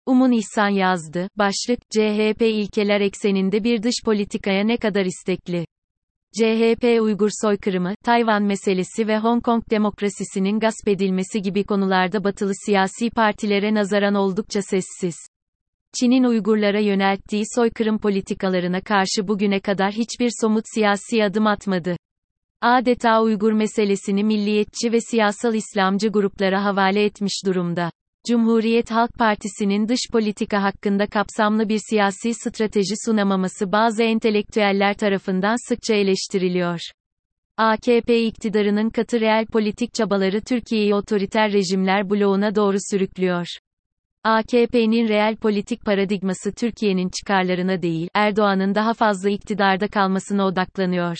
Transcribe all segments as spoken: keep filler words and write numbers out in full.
Umun İhsan yazdı. Başlık, C H P ilkeler ekseninde bir dış politikaya ne kadar istekli? C H P Uygur soykırımı, Tayvan meselesi ve Hong Kong demokrasisinin gasp edilmesi gibi konularda batılı siyasi partilere nazaran oldukça sessiz. Çin'in Uygurlara yönelttiği soykırım politikalarına karşı bugüne kadar hiçbir somut siyasi adım atmadı. Adeta Uygur meselesini milliyetçi ve siyasal İslamcı gruplara havale etmiş durumda. Cumhuriyet Halk Partisi'nin dış politika hakkında kapsamlı bir siyasi strateji sunamaması bazı entelektüeller tarafından sıkça eleştiriliyor. A K P iktidarının katı reel politik çabaları Türkiye'yi otoriter rejimler bloğuna doğru sürüklüyor. A K P'nin reel politik paradigması Türkiye'nin çıkarlarına değil, Erdoğan'ın daha fazla iktidarda kalmasına odaklanıyor.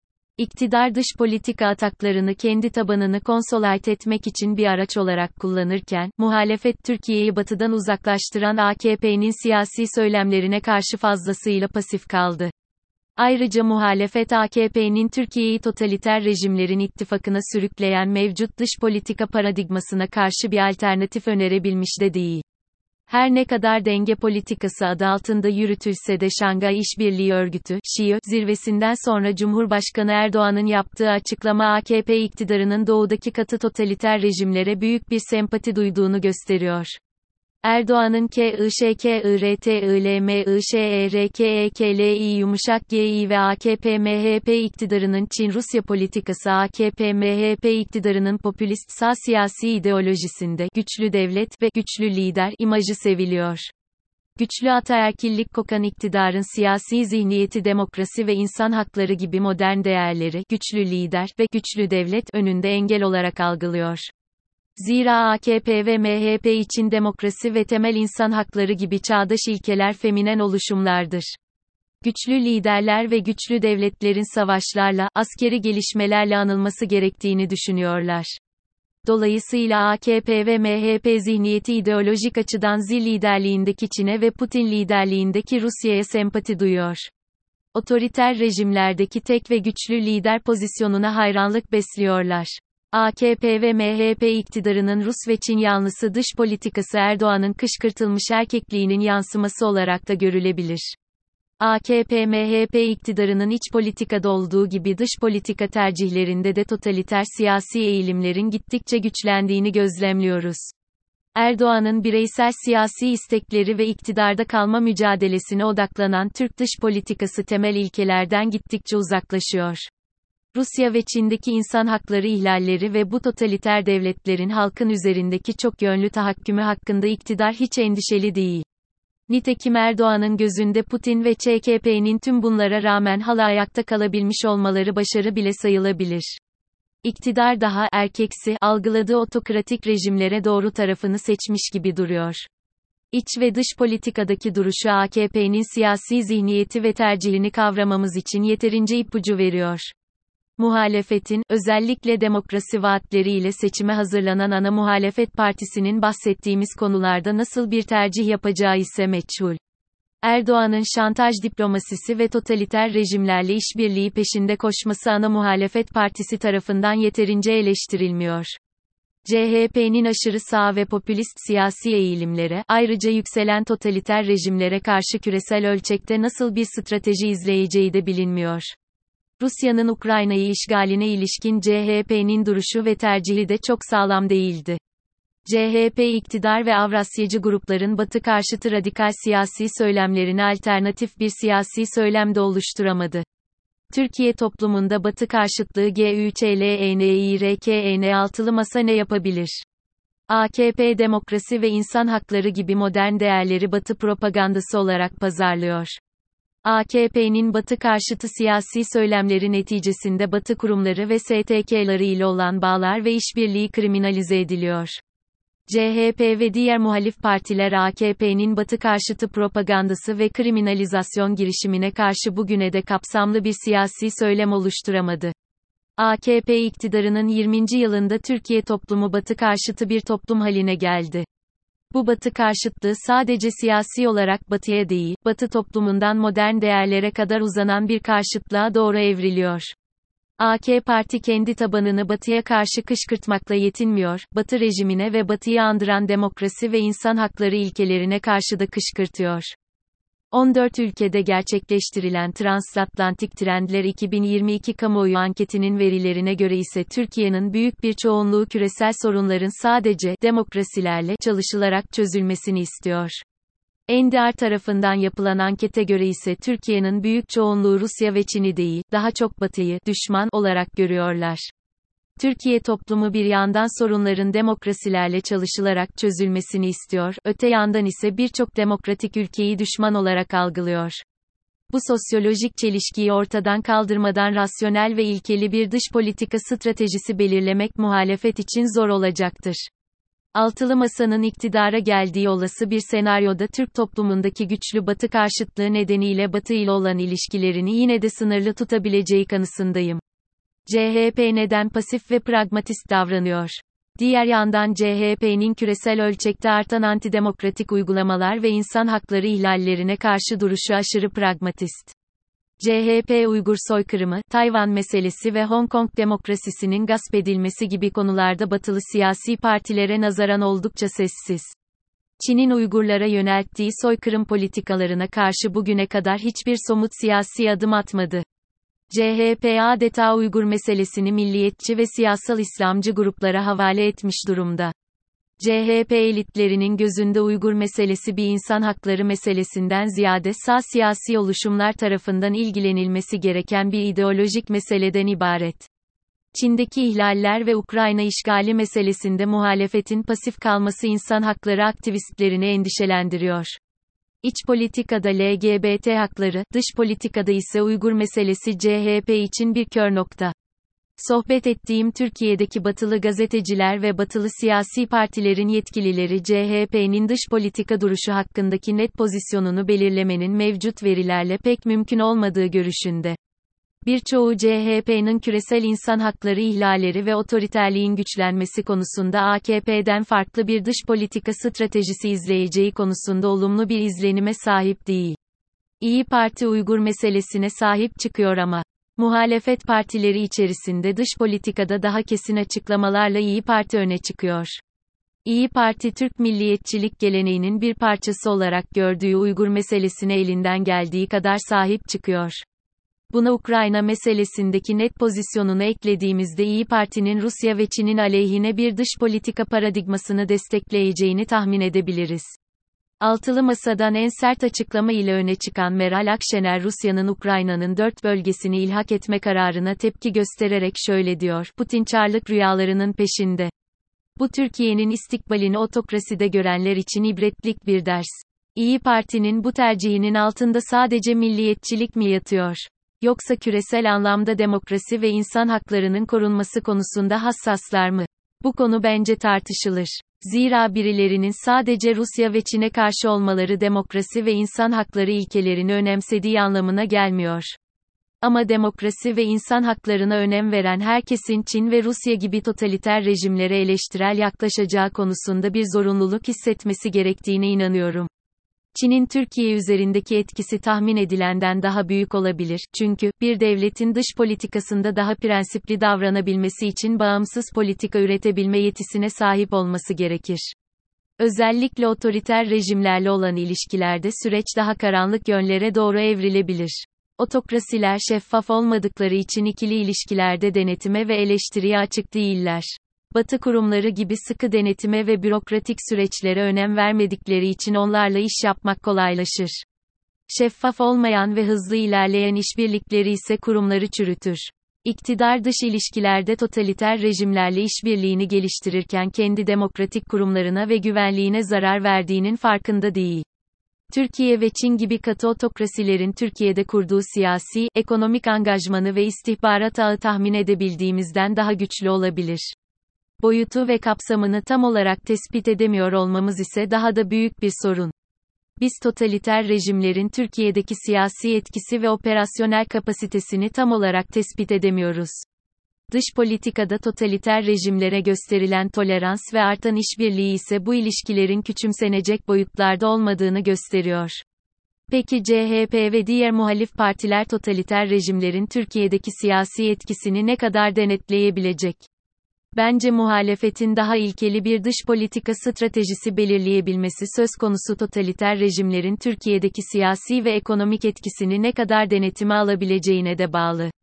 İktidar dış politika ataklarını kendi tabanını konsolide etmek için bir araç olarak kullanırken, muhalefet Türkiye'yi batıdan uzaklaştıran A K P'nin siyasi söylemlerine karşı fazlasıyla pasif kaldı. Ayrıca muhalefet A K P'nin Türkiye'yi totaliter rejimlerin ittifakına sürükleyen mevcut dış politika paradigmasına karşı bir alternatif önerebilmiş de değil. Her ne kadar denge politikası adı altında yürütülse de Şangay İşbirliği Örgütü, Ş İ Ö, zirvesinden sonra Cumhurbaşkanı Erdoğan'ın yaptığı açıklama A K P iktidarının doğudaki katı totaliter rejimlere büyük bir sempati duyduğunu gösteriyor. Erdoğan'ın K I Ş K I R T I L M I Ş E R K E K L I yumuşak G I ve A K P M H P iktidarının Çin-Rusya politikası A K P M H P iktidarının popülist sağ siyasi ideolojisinde güçlü devlet ve güçlü lider imajı seviliyor. Güçlü ataerkillik kokan iktidarın siyasi zihniyeti demokrasi ve insan hakları gibi modern değerleri güçlü lider ve güçlü devlet önünde engel olarak algılıyor. Zira A K P ve M H P için demokrasi ve temel insan hakları gibi çağdaş ilkeler feminen oluşumlardır. Güçlü liderler ve güçlü devletlerin savaşlarla, askeri gelişmelerle anılması gerektiğini düşünüyorlar. Dolayısıyla A K P ve M H P zihniyeti ideolojik açıdan Xi liderliğindeki Çin'e ve Putin liderliğindeki Rusya'ya sempati duyuyor. Otoriter rejimlerdeki tek ve güçlü lider pozisyonuna hayranlık besliyorlar. A K P ve M H P iktidarının Rus ve Çin yanlısı dış politikası Erdoğan'ın kışkırtılmış erkekliğinin yansıması olarak da görülebilir. A K P M H P iktidarının iç politikada olduğu gibi dış politika tercihlerinde de totaliter siyasi eğilimlerin gittikçe güçlendiğini gözlemliyoruz. Erdoğan'ın bireysel siyasi istekleri ve iktidarda kalma mücadelesine odaklanan Türk dış politikası temel ilkelerden gittikçe uzaklaşıyor. Rusya ve Çin'deki insan hakları ihlalleri ve bu totaliter devletlerin halkın üzerindeki çok yönlü tahakkümü hakkında iktidar hiç endişeli değil. Nitekim Erdoğan'ın gözünde Putin ve Ç K P'nin tüm bunlara rağmen hala ayakta kalabilmiş olmaları başarı bile sayılabilir. İktidar daha erkeksi algıladığı otokratik rejimlere doğru tarafını seçmiş gibi duruyor. İç ve dış politikadaki duruşu A K P'nin siyasi zihniyeti ve tercihini kavramamız için yeterince ipucu veriyor. Muhalefetin, özellikle demokrasi vaatleriyle seçime hazırlanan ana muhalefet partisinin bahsettiğimiz konularda nasıl bir tercih yapacağı ise meçhul. Erdoğan'ın şantaj diplomasisi ve totaliter rejimlerle işbirliği peşinde koşması ana muhalefet partisi tarafından yeterince eleştirilmiyor. C H P'nin aşırı sağ ve popülist siyasi eğilimlere, ayrıca yükselen totaliter rejimlere karşı küresel ölçekte nasıl bir strateji izleyeceği de bilinmiyor. Rusya'nın Ukrayna'yı işgaline ilişkin C H P'nin duruşu ve tercihi de çok sağlam değildi. C H P iktidar ve Avrasyacı grupların Batı karşıtı radikal siyasi söylemlerine alternatif bir siyasi söylem de oluşturamadı. Türkiye toplumunda Batı karşıtlığı G Ü Ç L E N İ R K E N altılı masa ne yapabilir? A K P demokrasi ve insan hakları gibi modern değerleri Batı propagandası olarak pazarlıyor. A K P'nin Batı karşıtı siyasi söylemleri neticesinde Batı kurumları ve S T K'ları ile olan bağlar ve işbirliği kriminalize ediliyor. C H P ve diğer muhalif partiler A K P'nin Batı karşıtı propagandası ve kriminalizasyon girişimine karşı bugüne de kapsamlı bir siyasi söylem oluşturamadı. A K P iktidarının yirminci yılında Türkiye toplumu Batı karşıtı bir toplum haline geldi. Bu Batı karşıtlığı sadece siyasi olarak Batı'ya değil, Batı toplumundan modern değerlere kadar uzanan bir karşıtlığa doğru evriliyor. A K Parti kendi tabanını Batı'ya karşı kışkırtmakla yetinmiyor, Batı rejimine ve Batı'yı andıran demokrasi ve insan hakları ilkelerine karşı da kışkırtıyor. on dört ülkede gerçekleştirilen Transatlantik Trendler iki bin yirmi iki kamuoyu anketinin verilerine göre ise Türkiye'nin büyük bir çoğunluğu küresel sorunların sadece demokrasilerle çalışılarak çözülmesini istiyor. N D R tarafından yapılan ankete göre ise Türkiye'nin büyük çoğunluğu Rusya ve Çin'i değil, daha çok Batı'yı düşman olarak görüyorlar. Türkiye toplumu bir yandan sorunların demokrasilerle çalışılarak çözülmesini istiyor, öte yandan ise birçok demokratik ülkeyi düşman olarak algılıyor. Bu sosyolojik çelişkiyi ortadan kaldırmadan rasyonel ve ilkeli bir dış politika stratejisi belirlemek muhalefet için zor olacaktır. Altılı Masa'nın iktidara geldiği olası bir senaryoda Türk toplumundaki güçlü Batı karşıtlığı nedeniyle Batı ile olan ilişkilerini yine de sınırlı tutabileceği kanısındayım. C H P neden pasif ve pragmatist davranıyor? Diğer yandan C H P'nin küresel ölçekte artan antidemokratik uygulamalar ve insan hakları ihlallerine karşı duruşu aşırı pragmatist. C H P Uygur soykırımı, Tayvan meselesi ve Hong Kong demokrasisinin gasp edilmesi gibi konularda batılı siyasi partilere nazaran oldukça sessiz. Çin'in Uygurlara yönelttiği soykırım politikalarına karşı bugüne kadar hiçbir somut siyasi adım atmadı. C H P adeta Uygur meselesini milliyetçi ve siyasal İslamcı gruplara havale etmiş durumda. C H P elitlerinin gözünde Uygur meselesi bir insan hakları meselesinden ziyade sağ siyasi oluşumlar tarafından ilgilenilmesi gereken bir ideolojik meseleden ibaret. Çin'deki ihlaller ve Ukrayna işgali meselesinde muhalefetin pasif kalması insan hakları aktivistlerini endişelendiriyor. İç politikada L G B T hakları, dış politikada ise Uygur meselesi C H P için bir kör nokta. Sohbet ettiğim Türkiye'deki batılı gazeteciler ve batılı siyasi partilerin yetkilileri C H P'nin dış politika duruşu hakkındaki net pozisyonunu belirlemenin mevcut verilerle pek mümkün olmadığı görüşünde. Birçoğu C H P'nin küresel insan hakları ihlalleri ve otoriterliğin güçlenmesi konusunda A K P'den farklı bir dış politika stratejisi izleyeceği konusunda olumlu bir izlenime sahip değil. İyi Parti Uygur meselesine sahip çıkıyor ama muhalefet partileri içerisinde dış politikada daha kesin açıklamalarla İyi Parti öne çıkıyor. İyi Parti Türk milliyetçilik geleneğinin bir parçası olarak gördüğü Uygur meselesine elinden geldiği kadar sahip çıkıyor. Buna Ukrayna meselesindeki net pozisyonunu eklediğimizde İyi Parti'nin Rusya ve Çin'in aleyhine bir dış politika paradigmasını destekleyeceğini tahmin edebiliriz. Altılı Masa'dan en sert açıklama ile öne çıkan Meral Akşener Rusya'nın Ukrayna'nın dört bölgesini ilhak etme kararına tepki göstererek şöyle diyor: Putin çarlık rüyalarının peşinde. Bu Türkiye'nin istikbalini otokraside görenler için ibretlik bir ders. İyi Parti'nin bu tercihinin altında sadece milliyetçilik mi yatıyor? Yoksa küresel anlamda demokrasi ve insan haklarının korunması konusunda hassaslar mı? Bu konu bence tartışılır. Zira birilerinin sadece Rusya ve Çin'e karşı olmaları demokrasi ve insan hakları ilkelerini önemsediği anlamına gelmiyor. Ama demokrasi ve insan haklarına önem veren herkesin Çin ve Rusya gibi totaliter rejimlere eleştirel yaklaşacağı konusunda bir zorunluluk hissetmesi gerektiğine inanıyorum. Çin'in Türkiye üzerindeki etkisi tahmin edilenden daha büyük olabilir, çünkü, bir devletin dış politikasında daha prensipli davranabilmesi için bağımsız politika üretebilme yetisine sahip olması gerekir. Özellikle otoriter rejimlerle olan ilişkilerde süreç daha karanlık yönlere doğru evrilebilir. Otokrasiler şeffaf olmadıkları için ikili ilişkilerde denetime ve eleştiriye açık değiller. Batı kurumları gibi sıkı denetime ve bürokratik süreçlere önem vermedikleri için onlarla iş yapmak kolaylaşır. Şeffaf olmayan ve hızlı ilerleyen işbirlikleri ise kurumları çürütür. İktidar dış ilişkilerde totaliter rejimlerle işbirliğini geliştirirken kendi demokratik kurumlarına ve güvenliğine zarar verdiğinin farkında değil. Türkiye ve Çin gibi katı otokrasilerin Türkiye'de kurduğu siyasi, ekonomik angajmanı ve istihbarat ağı tahmin edebildiğimizden daha güçlü olabilir. Boyutu ve kapsamını tam olarak tespit edemiyor olmamız ise daha da büyük bir sorun. Biz totaliter rejimlerin Türkiye'deki siyasi etkisi ve operasyonel kapasitesini tam olarak tespit edemiyoruz. Dış politikada totaliter rejimlere gösterilen tolerans ve artan işbirliği ise bu ilişkilerin küçümsenecek boyutlarda olmadığını gösteriyor. Peki C H P ve diğer muhalif partiler totaliter rejimlerin Türkiye'deki siyasi etkisini ne kadar denetleyebilecek? Bence muhalefetin daha ilkeli bir dış politika stratejisi belirleyebilmesi söz konusu totaliter rejimlerin Türkiye'deki siyasi ve ekonomik etkisini ne kadar denetime alabileceğine de bağlı.